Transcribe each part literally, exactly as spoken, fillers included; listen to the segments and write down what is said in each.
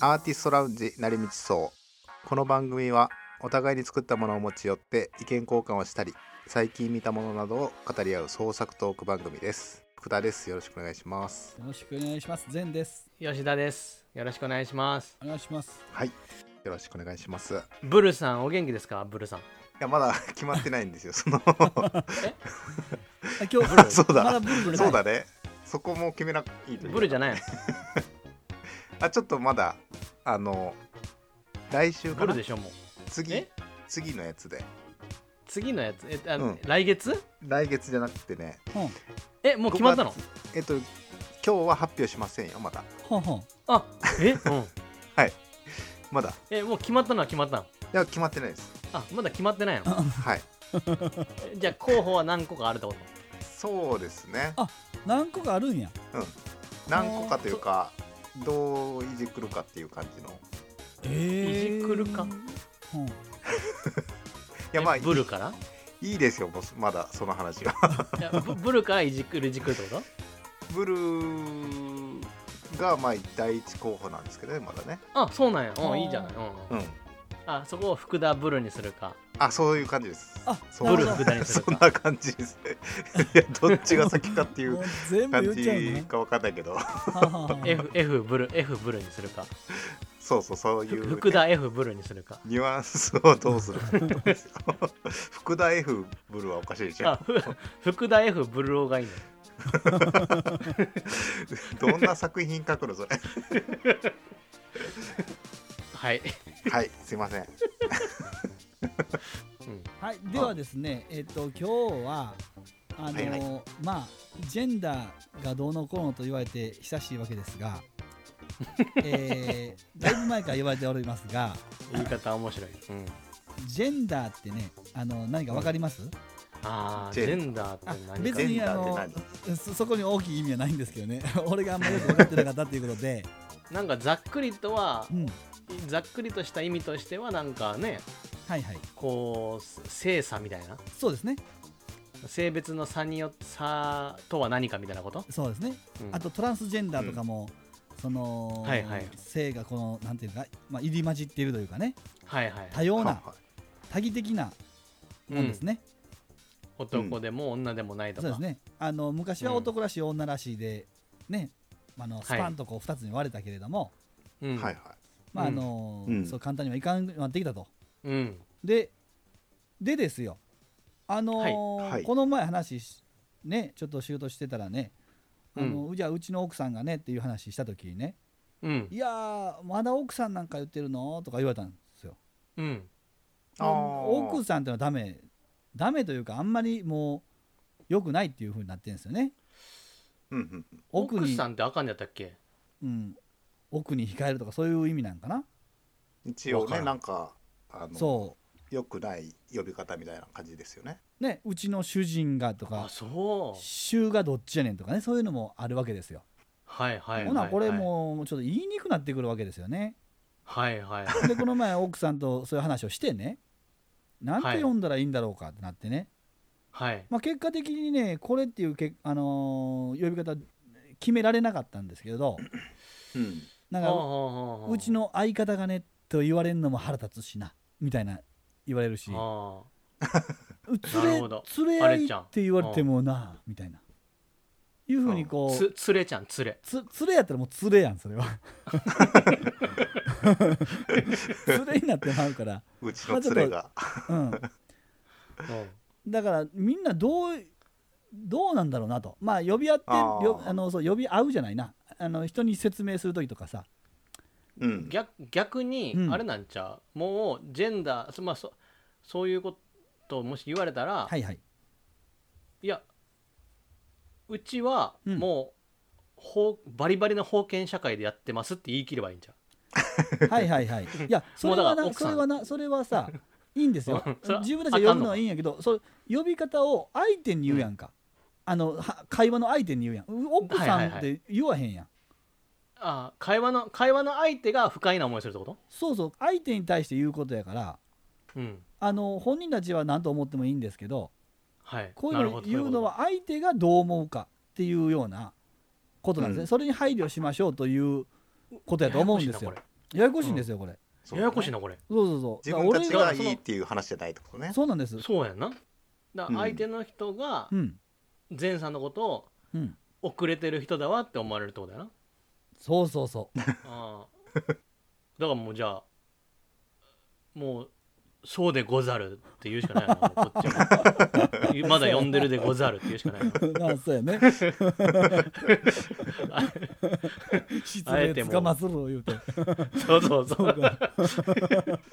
アーティストラウンジ成道荘。この番組はお互いに作ったものを持ち寄って意見交換をしたり、最近見たものなどを語り合う創作トーク番組です。福田です。よろしくお願いします。 よろしくお願いします。善です。 吉田です。よろしくお願いします。 お願いします。 はい、よろしくお願いします。 ブルさんお元気ですか？ブルさん。いやまだ決まってないんですよ。そのえ今日そうだ、 まだブルブルない。 そうだね。そこも決めなくていいという。 ブルじゃないの？ あ、ちょっとまだあの来週かな。 ブルでしょもう。 次え次のやつで。 次のやつえあ、 うん来月？ 来月じゃなくてね。 うんえもう決まったの？ えっと今日は発表しませんよまだ。 ほんほん。 あえうんはいまだ。 えもう決まったのは決まったの？ いや決まってないです。 あまだ決まってないの？ はいえじゃあ候補は何個かあるってこと？ そうですね。 あ何個かあるんや。 うん何個かというかどういじくるかっていう感じの。 えー、 いじくるか。 うん、 いやまあえブルからいいですよもうまだその話がいやブブルからいじくるいじくるってこと？ ブルがまあ第一候補なんですけどねまだね。 あそうなんや。 あーうんいいじゃない。うん、うん、 うんあそこを福田ブルにするかあそういう感じです。 あそうブル福田にするか。 そんな感じですねいやどっちが先かっていうもう全部感言っちゃうじか分かんないけどの。ははは F, F ブル F ブルにするかそうそうそういう、ね、 福田 F ブルにするか。 ニュアンスをどうするかってことですよ福田 F ブルはおかしいでしょ。 あふ福田 F ブルオがいいの。 どんな作品書くのそれはいはいすいません、 うんはい、ではですね、えっ、と今日はあのーはいはまあジェンダーがどうのこうのと言われて久しいわけですが、えー、だいぶ前から言われておりますが、 言い方面白い、うん、 ジェンダーってね、あの何かわかります？ あージェンジェンダーってあ何か。 別にジェンダあのーってそ, そこに大きい意味はないんですけどね俺があんまりよく分かってなかったっていうことで、 なんかざっくりとは、 うん、 ざっくりとした意味としてはなんかねはいはい、 こう性差みたいな、 そうですね、 性別の差によって差とは何かみたいなこと、 そうですね、 うん、 あとトランスジェンダーとかも、うん、その、 はいはい、 性がこのなんていうか、まあ、入り混じっているというかね、 はいはい、 多様なはは多義的なもんですね、 うん、男でも女でもないとか、 そうですね、あの昔は男らしい、女らしいでね、あのスパンとこうふたつに割れたけれども、 うん、 はいはいまああのうんそう簡単にはいかんようになってきたと。 うんででですよ、あのーはいはいこの前話しねちょっと仕事してたらね、あのうじゃあうちの奥さんがねっていう話した時にね、 うんいやーまだ奥さんなんか言ってるのとか言われたんですよ。 うんあー奥さんってのはダメダメというかあんまりもう良くないっていう風になってるんですよね。 うんうん奥に奥さんってあかんやったっけ？ うん、奥に控えるとかそういう意味なんかな。 一応わからんねなんかあのそ良くない呼び方みたいな感じですよね。 うね、うちの主人がとあかそう衆がどっちやねんとかね、そういうのもあるわけですよ。 はいはいはい、はい、 ほなこれもうちょっと言いにくくなってくるわけですよね。 はいはいでこの前奥さんとそういう話をしてね、なんて読んだらいいんだろうかってなってね、 はいまあ、結果的にねこれっていうけ、あのー呼び方決められなかったんですけど、 うんなんかはあはあはあうちの相方がねと言われるのも腹立つしなみたいな言われるし、 あうつれなるほどつれ合いっあれちゃんて言われてもなみたいないうふうにこうつつれちゃんつれつつれやったらもうつれやんそれはつれになってまうから、 うちの連れが、 うん、だからみんなどうどうなんだろうなと、まあ呼び合ってあーよあのそう呼び合うじゃないな、あの人に説明する時とかさ、 うん逆逆にうんあれなんちゃう、もうジェンダー、そまあ、そそういうことをもし言われたら、 はいはい、 いやうちはうんもう、法バリバリの封建社会でやってますって言い切ればいいんちゃはいはいはい、いやそれはなもうだから奥さんそれはなそれはさいいんですようんそれは自分たちで呼ぶのはいいんやけど、そ呼び方を相手に言うやんか、あのは会話の相手に言うやん、奥さんって言わへんやん、 あ会話の会話の相手が不快な思いするってこと？ そうそう相手に対して言うことやから、 うんあの本人たちは何と思ってもいいんですけど、 はい、 こういうのをなるほど言うのは相手がどう思うかっていうようなことなんですね、 うんそれに配慮しましょうということやと思うんですよ。 ややこしいんですよこれ。 そうややこしいなこれ。 そうそうそう。 自分たちだからがいいっていう話じゃないってことね。 そうなんです。 そうやんな。だからうん相手の人がうん前さんのことをうん。 遅れてる人だわって思われるってことやな。 そうそうそう。 ああ。だからもうじゃあもうそうでござるって言うしかないな。もうこっちもまだ呼んでるでござるって言うしかないな。 なあそうやね。失礼つかまする言うて。 そうそうそそうう。 か。それ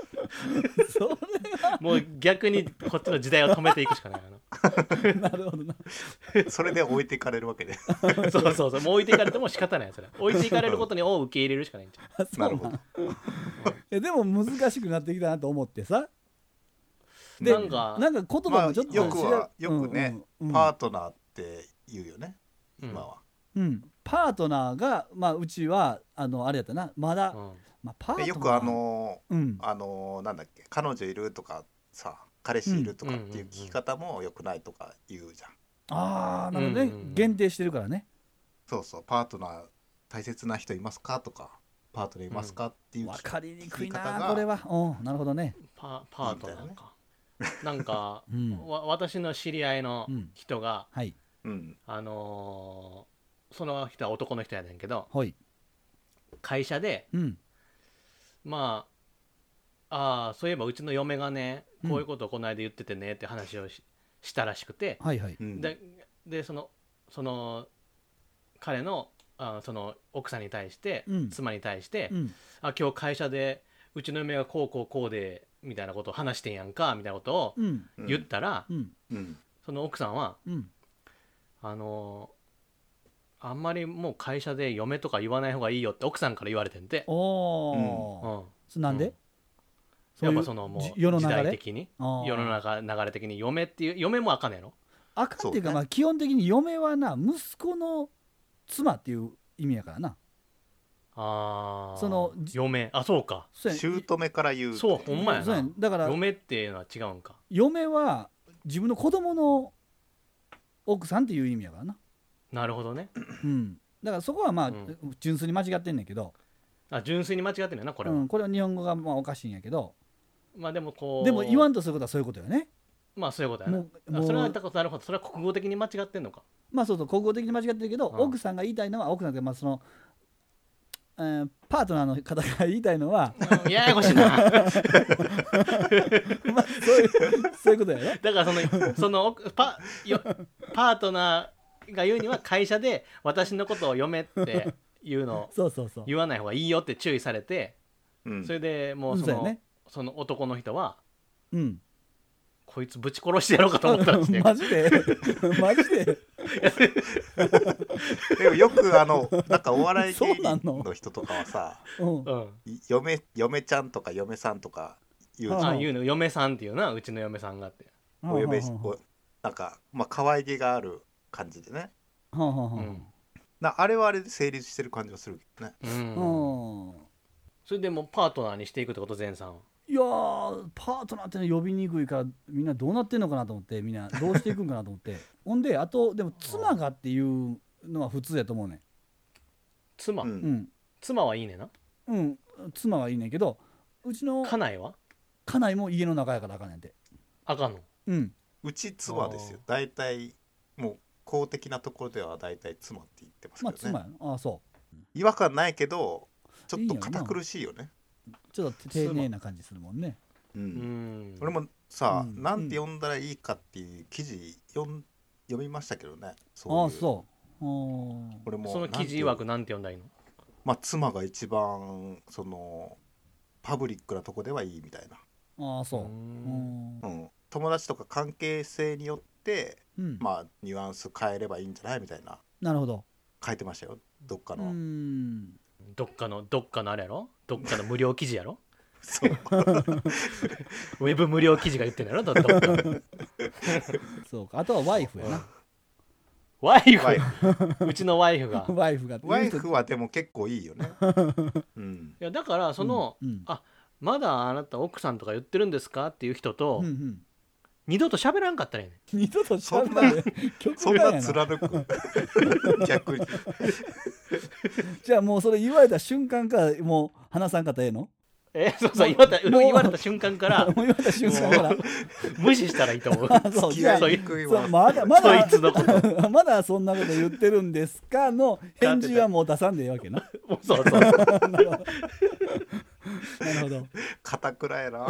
もう逆にこっちの時代を止めていくしかないな。 なるほどな。 それで置いていかれるわけで。 そうそうそう。もう置いていかれても仕方ないそれ。置いていかれることにを受け入れるしかないんじゃん。 あそうなるほど。 えでも難しくなってきたなと思ってさ。でなんかなんか言葉まあもちょっとよくは違うよくね、 うんうんパートナーって言うよね。 うん今は。 うん、パートナーが、まあ、うちはあのあれやったなまだ、 うんまあ、パートナーでよくあのうんあのなんだっけ彼女いるとかさ彼氏いるとかっていう聞き方も良くないとか言うじゃん。 ああなるほどね、 うんうんうん限定してるからねそうそうパートナー大切な人いますかとかパートナーいますかっていう聞き分かりにくい聞き方がなこれはうんなるほどねパパートナーか。なんか、 うんわ私の知り合いの人が、 はいうんあのーその人は男の人やねんけどほい会社でうんまああーそういえばうちの嫁がねうんこういうことをこの間言っててねって話をししたらしくて、 はいはいうんででそのその彼のあその奥さんに対して、 うん妻に対して、 うんあ今日会社でうちの嫁がこうこうこうでみたいなことを話してんやんかみたいなことをうん言ったら、 うんうんその奥さんはうんあのあんまりもう会社で嫁とか言わない方がいいよって奥さんから言われてんて、 おうお、 ん、 そなんで、 うんそういうやっぱそのもうじ世の時流れ代的にあー世の中流れ的に嫁っていう嫁もあかんねやろ。 あかんっていうかそうねまあ基本的に嫁はな息子の妻っていう意味やからなあーそのじ嫁あそうかそうや姑から言うそうほんまやそうやなだから嫁っていうのは違うんか。 嫁は自分の子供の奥さんっていう意味やからな、 なるほどね。 うん、だからそこはまあ、 うん純粋に間違ってんねんけどあ純粋に間違ってんのよなこれは、 うん、これは日本語がまあおかしいんやけどまあでもこうでも言わんとすることはそういうことよねまあそういうことやなもうもうあそれはだからなるほどそれは国語的に間違ってんのか。 まあそうそう国語的に間違ってるけど、 うん奥さんが言いたいのは奥さんがまあその、えーパートナーの方が言いたいのはうんややこしいなまあそういうそういうことやねだからそのその奥パよパートナーが言うには会社で私のことを嫁っていうのをそうそうそう言わない方がいいよって注意されて、 うんそれでもうその,、 そうやねその男の人はうんこいつぶち殺してやろうかと思ったんですねマジでマジででもよくあのなんかお笑い芸そうなの人の人とかはさうんうんい嫁嫁ちゃんとか嫁さんとか言うじゃん。 うんあ言うの嫁さんっていうなうちの嫁さんがって、 お嫁しはおなんかまあ可愛げがある感じでね。 あはあはあはあうんなあれはあれで成立してる感じがするけどね。 うんうんそれでもうパートナーにしていくってこと前さんいやーパートナーってのは呼びにくいからみんなどうなってんのかなと思ってみんなどうしていくんかなと思ってほんであとでも妻がっていうのは普通やと思うね妻、 うんうん妻はいいねんな。 うん妻はいいねんけどうちの家内は家内も家の中やからあかんねんてあかんの。 うんうち妻ですよ。大体もう公的なところでは大体妻って言ってますまあけどね。 妻やなあそ違和感ないけどちょっといいよな堅苦しいよね。 うちょっと丁寧な感じするもんねう。 うんん俺もさ、 うんなんて呼んだらいいかっていう記事読ん読みましたけどね。 あそういうあそううん俺もその記事曰くなんて呼んだらいいの。 まあ妻が一番そのパブリックなとこではいいみたいな。 ああそうううんんうん、友達とか関係性によってうんまあニュアンス変えればいいんじゃないみたいななるほど書いてましたよどっかうの、 んどっかのどっかのあれやろどっかの無料記事やろそうウェブ無料記事が言ってんのやろどどっかのそうかあとはワイフやなワイフワイフうちのワイフがいワイフがワイフはでも結構いいよね、うん、 やだからその、 うんあまだあなた奥さんとか言ってるんですかっていう人と、 うんうん二度と喋らんかったらやね二度としゃべらない極そんな端やな貫く逆にじゃあもうそれ言われた瞬間からもう話さんかったらええのえそうそう言われたもう言われた瞬間からもう言われた瞬間から無視したらいいと思うそう付き合じゃあいにくいわそうまだまだそいつのことまだそんなこと言ってるんですかの返事はもう出さんでええわけなもうそうそうなるほどなるほど堅くらやな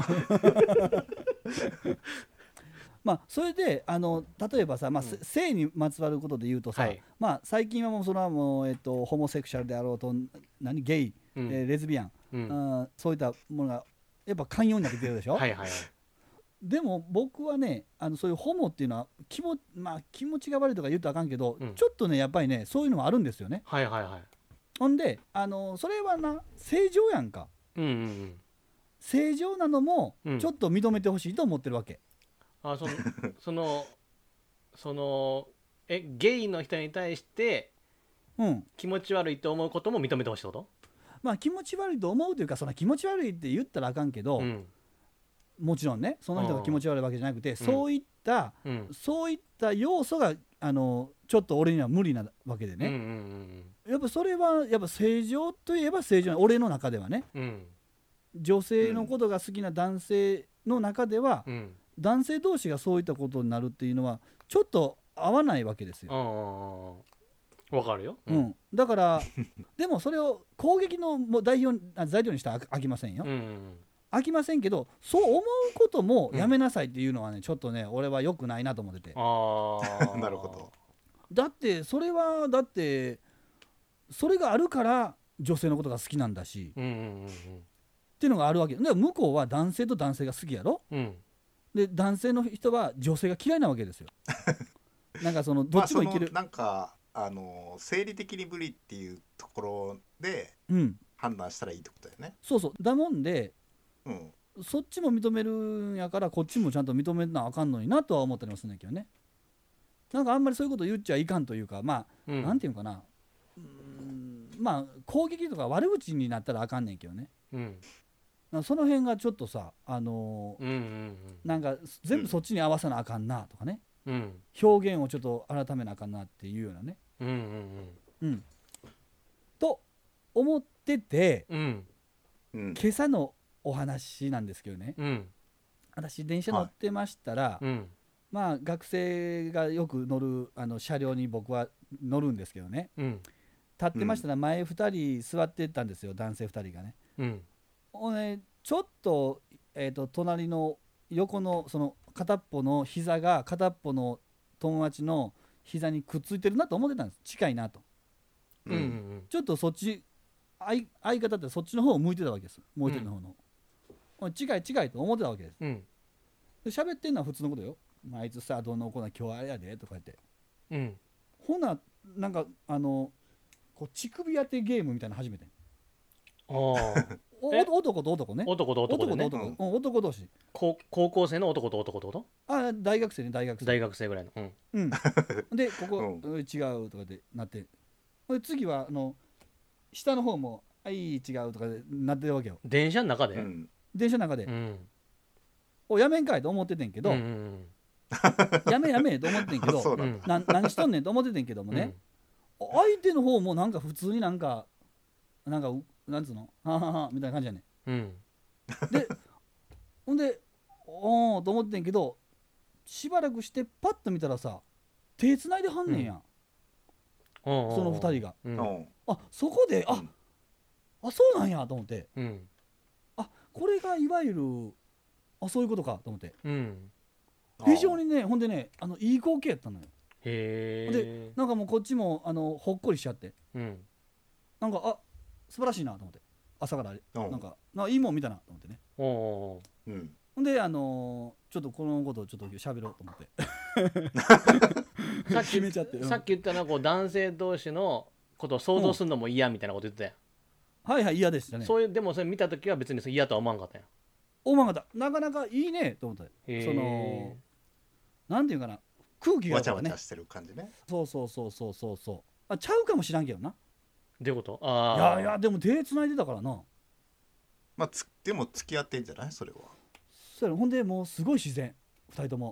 まあそれであの例えばさ、まあうん性にまつわることで言うとさ、 はいまあ最近はもうそれはもう、えっと、ホモセクシャルであろうと何ゲイ、 うんえーレズビアン、 うんあーそういったものがやっぱ寛容になってきてるでしょ、 はいはいはいでも僕はねあのそういうホモっていうのは気も、まあ、気持ちが悪いとか言うとあかんけど、 うんちょっとねやっぱりねそういうのもあるんですよね。 はいはいはいほんであのそれはな正常やんか。 うんうんうん正常なのもうんちょっと認めてほしいと思ってるわけ。 あそのそのそのえゲイの人に対してうん気持ち悪いと思うことも認めてほしいってことまあ気持ち悪いと思うというかそんな気持ち悪いって言ったらあかんけど、 うんもちろんねその人が気持ち悪いわけじゃなくて、 んそういった、 うんそういった要素があのちょっと俺には無理なわけでうんうね、 んやっぱそれはやっぱ正常といえば正常な俺の中ではねうんうん女性のことが好きな男性の中では、 うん男性同士がそういったことになるっていうのはちょっと合わないわけですよ。 ああわかるようんだからでもそれを攻撃のもう代表あ材料にしたらあきませんよ、 うんうん飽きませんけどそう思うこともやめなさいっていうのはねちょっとね俺は良くないなと思ってて、 ああなるほどだってそれはだってそれがあるから女性のことが好きなんだしうんうんっていうのがあるわけで向こうは男性と男性が好きやろうんうんで男性の人は女性が嫌いなわけですよなんかそのどまあそっちもいける、 のなんかあの生理的に無理っていうところでうん判断したらいいってことだよねそうそうだもんでうんそっちも認めるんやからこっちもちゃんと認めなあかんのになとは思ったりもするんだけどねなんかあんまりそういうこと言っちゃいかんというかまあ、 うんなんていうのかなうーんまあ攻撃とか悪口になったらあかんねんけどねうんなんかその辺がちょっとさあのーうんうんなんか全部そっちに合わさなあかんなとかねうんうん表現をちょっと改めなあかんなっていうようなねうんうんうんと思っててうんうん今朝のお話なんですけどねうん私電車乗ってましたら、 うんまあ学生がよく乗るあの車両に僕は乗るんですけどねうん立ってましたら前ふたり座ってたんですよ男性ふたりがねうんほんでちょっと,、えー、と隣の横のその片っぽの膝が片っぽの友達の膝にくっついてるなと思ってたんです近いなとうんうんちょっとそっち相相方ってそっちの方を向いてたわけですもう一人の方の、おい近い近いと思ってたわけですうんで喋ってんのは普通のことよ、まあ、あいつさどうのこうの今日あれやでとか言ってうんほななんかあのこう乳首当てゲームみたいなの始めてんああおえ男と男ね男と男でね男と男、うん、男同士高高校生の男と男ってことあ大学生ね大学生大学生ぐらいのうんうんでここ、 ううん違うとかでなってほんで次はあの下の方もはい違うとかでなってるわけよ電車の中でうん電車の中で、 うんおやめんかいと思っててんけど、 うんうんやめやめと思ってんけどそうなんだな何しとんねんと思っててんけどもね、相手の方もなんか普通になんかなんかうなんつうのはははみたいな感じやねうんんでほんでおーと思ってんけどしばらくしてパッと見たらさ手つないではんねんや、 そそのふたりがううんんあそこであ、 うんあそうなんやと思ってうんあこれがいわゆるあそういうことかと思ってうん非常にねほんでねあのいい光景やったのよへえなんかもうこっちもあのほっこりしちゃってうんなんかあ素晴らしいなと思って朝からうんなんかないいもん見たなと思ってねおおうんほんであのーちょっとこのことをちょっと喋ろうと思ってさっ決めちゃって、うんきさっき言ったのはこう男性同士のことを想像するのも嫌みたいなこと言ってたやんはいはい嫌でしたねそういうでもそれ見た時は別にそれ嫌とは思わんかったんやおまがだなかなかいいねと思ってへーそのなんていうかな空気があわるからねちゃわちゃしてる感じねそうそうそうそうそうそうあちゃうかもしらんけどなどういうこといああやいやでも手つないでたからなまあつでも付き合ってんじゃないそれはそうやろほんでもうすごい自然ふたりとも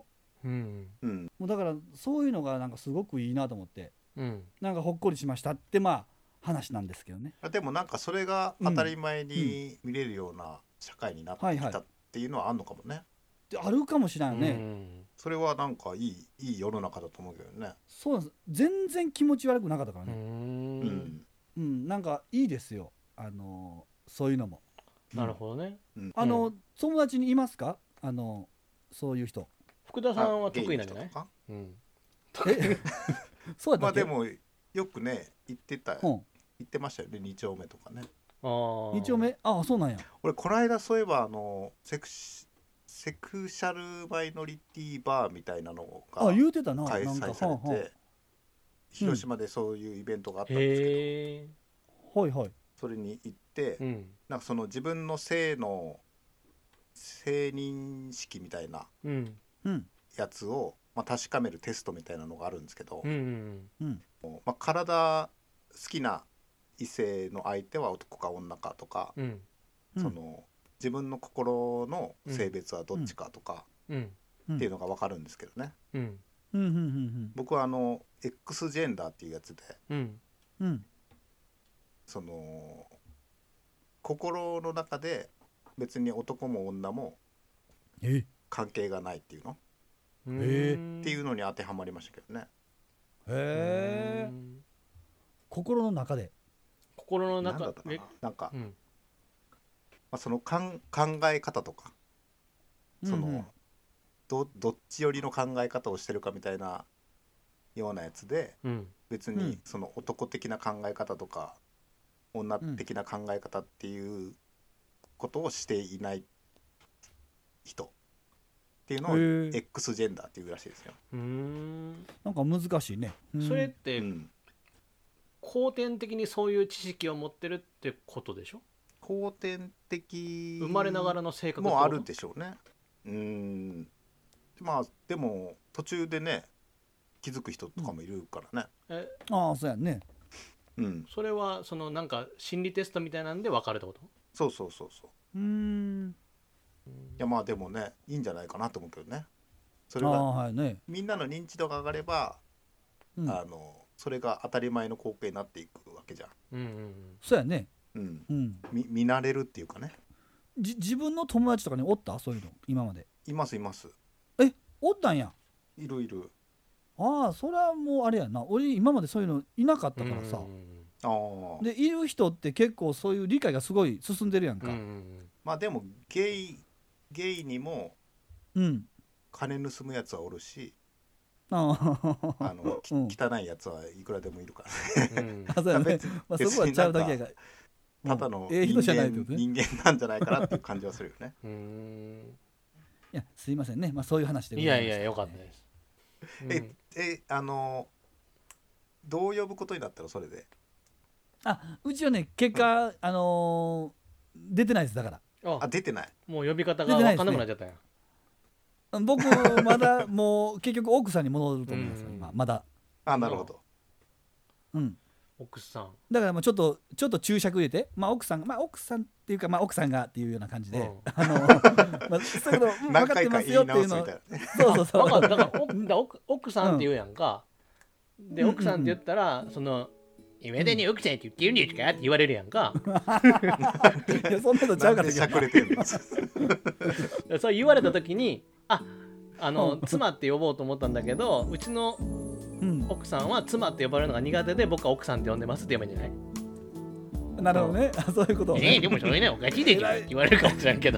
うんうんもうだからそういうのがなんかすごくいいなと思って、 うんなんかほっこりしましたってまあ話なんですけどね。 でもなんかそれが当たり前に見れるような社会になってきたっていうのはあんのかもね。 であるかもしれないね、 うんそれはなんかいいいい世の中だと思うけどね。 そうなんです。全然気持ち悪くなかったからうね。 うんんうん、なんかいいですよ。あのそういうのも。 なるほどね。 あの、 うん友達にいますか？あのそういう人。 福田さんは得意なんじゃないあゲイの人とかうんえ、そうやったっけ？ まあでもよくね言ってたうん、 言ってましたよね、に丁目とかね。 あー二丁目？ああ、そうなんや。 俺この間そういえばあのセクシセクシャルマイノリティバーみたいなのあ、 が言うてたな。 開なんか催されはあはて広島でそういうイベントがあったんですけど、 へえあはいはい。 それに行ってうんなんかその自分の性の性認識みたいなうんうんやつを、まあ、確かめるテストみたいなのがあるんですけど、 うんうんうんまあ、体好きな異性の相手は男か女かとか、 うんうん。 その自分の心の性別はどっちかとかうんうんっていうのが分かるんですけどね。 うんうんうんうん僕はあの X ジェンダーっていうやつでうんうんうんその心の中で別に男も女もえ関係がないっていうのうんへっていうのに当てはまりましたけどね。 へえ。 うん心の中で。 心の中なんだったかえななんか、まうんあ、そのかん考え方とかその、 うんうんどどっち寄りの考え方をしてるかみたいなようなやつでうん別うんにその男的な考え方とか女的な考え方っていうことをしていない人っていうのをへえ X ジェンダーっていうらしいですよ。 うーんなんか難しいね。うんそれってうん、 後天的にそういう知識を持ってるってことでしょ？ 後天的生まれながらの性格ってこともあるでしょうね。うんまあでも途中でね気づく人とかもいるからね。 えああそうやんね。 うん、 それはそのなんか心理テストみたいなんで分かるってこと？ そうそうそうそううーん。 いやまあでもねいいんじゃないかなと思うけどね。そああれがはいね。 みんなの認知度が上がれば、 うん。 あのそれが当たり前の光景になっていくわけじゃん。 うんうんそうやね。 うん、 うん。 見見慣れるっていうかね。 じ自分の友達とかにおったそういうの今まで。 いますいますおったんや。 いるいる。 ああそれはもうあれやな。俺今までそういうのいなかったからさ。 ああでいる人って結構そういう理解がすごい進んでるやんか。 うんうんうんまあでもゲイゲイにもうん。 金盗むやつはおるしあああの、きうん汚いやつはいくらでもいるからね。 うんあそうやね別に。 まあそこはちゃうだけやから。 ただのうんええ人人じゃないっ間,、 てことね。 人間なんじゃないかなっていう感じはするよね。 うーんいやすいませんね。まあそういう話でごいざいましたやいやよかったです。 ええあのどう呼ぶことになったのそれで。 あうちはね結果、あのー出てないですだから。 ああ出てない。 もう呼び方が分かんなくなっちゃったんや。 僕まだもう結局奥さんに戻ると思いますようん今まだ。 あなるほど。 うん。 奥さん。 だからもうちょっとちょっと注釈入れて、まあ奥さんまあ奥さんっていうかまあ奥さんがっていうような感じで、 うんあのまあそういうことうん分何回かかってます言い直すよっていうのをみたいなね。 そうそうそう。 分かっただからおだ奥奥さんって言うやんか。でうん奥さんって言ったらその今だに奥さんって言ってるんですかって言われるやんか。 いやそんなのちゃなでしゃうんかったけど。 くれてるの。 そう言われた時にああの妻って呼ぼうと思ったんだけどうちのうん。 奥さんは妻って呼ばれるのが苦手で僕は奥さんって呼んでますって言えばいいんじゃない？ なるほどね。あそういうことをね。 えー、でもそれねおかしいでしょって言われるかもしれんけど。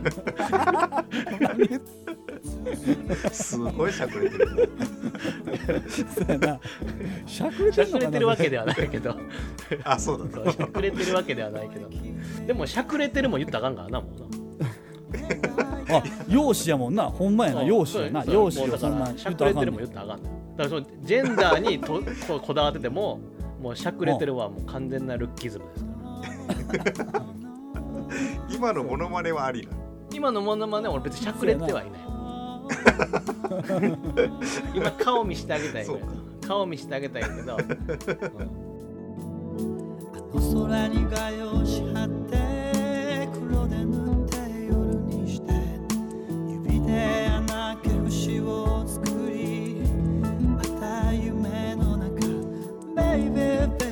すごいしゃくれてるね。 そうやな。しゃくれしゃくれてんのかな。 てるわけではないけどあそうだそうしゃくれてるわけではないけどでもしゃくれてるも言ったらあかんからなもうな。 あ容姿やもんな。ほんまやな容姿やな。 そう容姿もうだからをそんなんしゃくれてるも言言ったらあかんねん。だからそのジェンダーにとそうこだわっててももうしゃくれてるはもう完全なルッキズムですから。 今のモノマネはありな。 今のものまね俺別にしゃくれてはいない。今顔見してあげたいぐらい顔見してあげたいけど、うん空に画用紙貼って黒で塗って夜にして指で穴開け節を作り baby, baby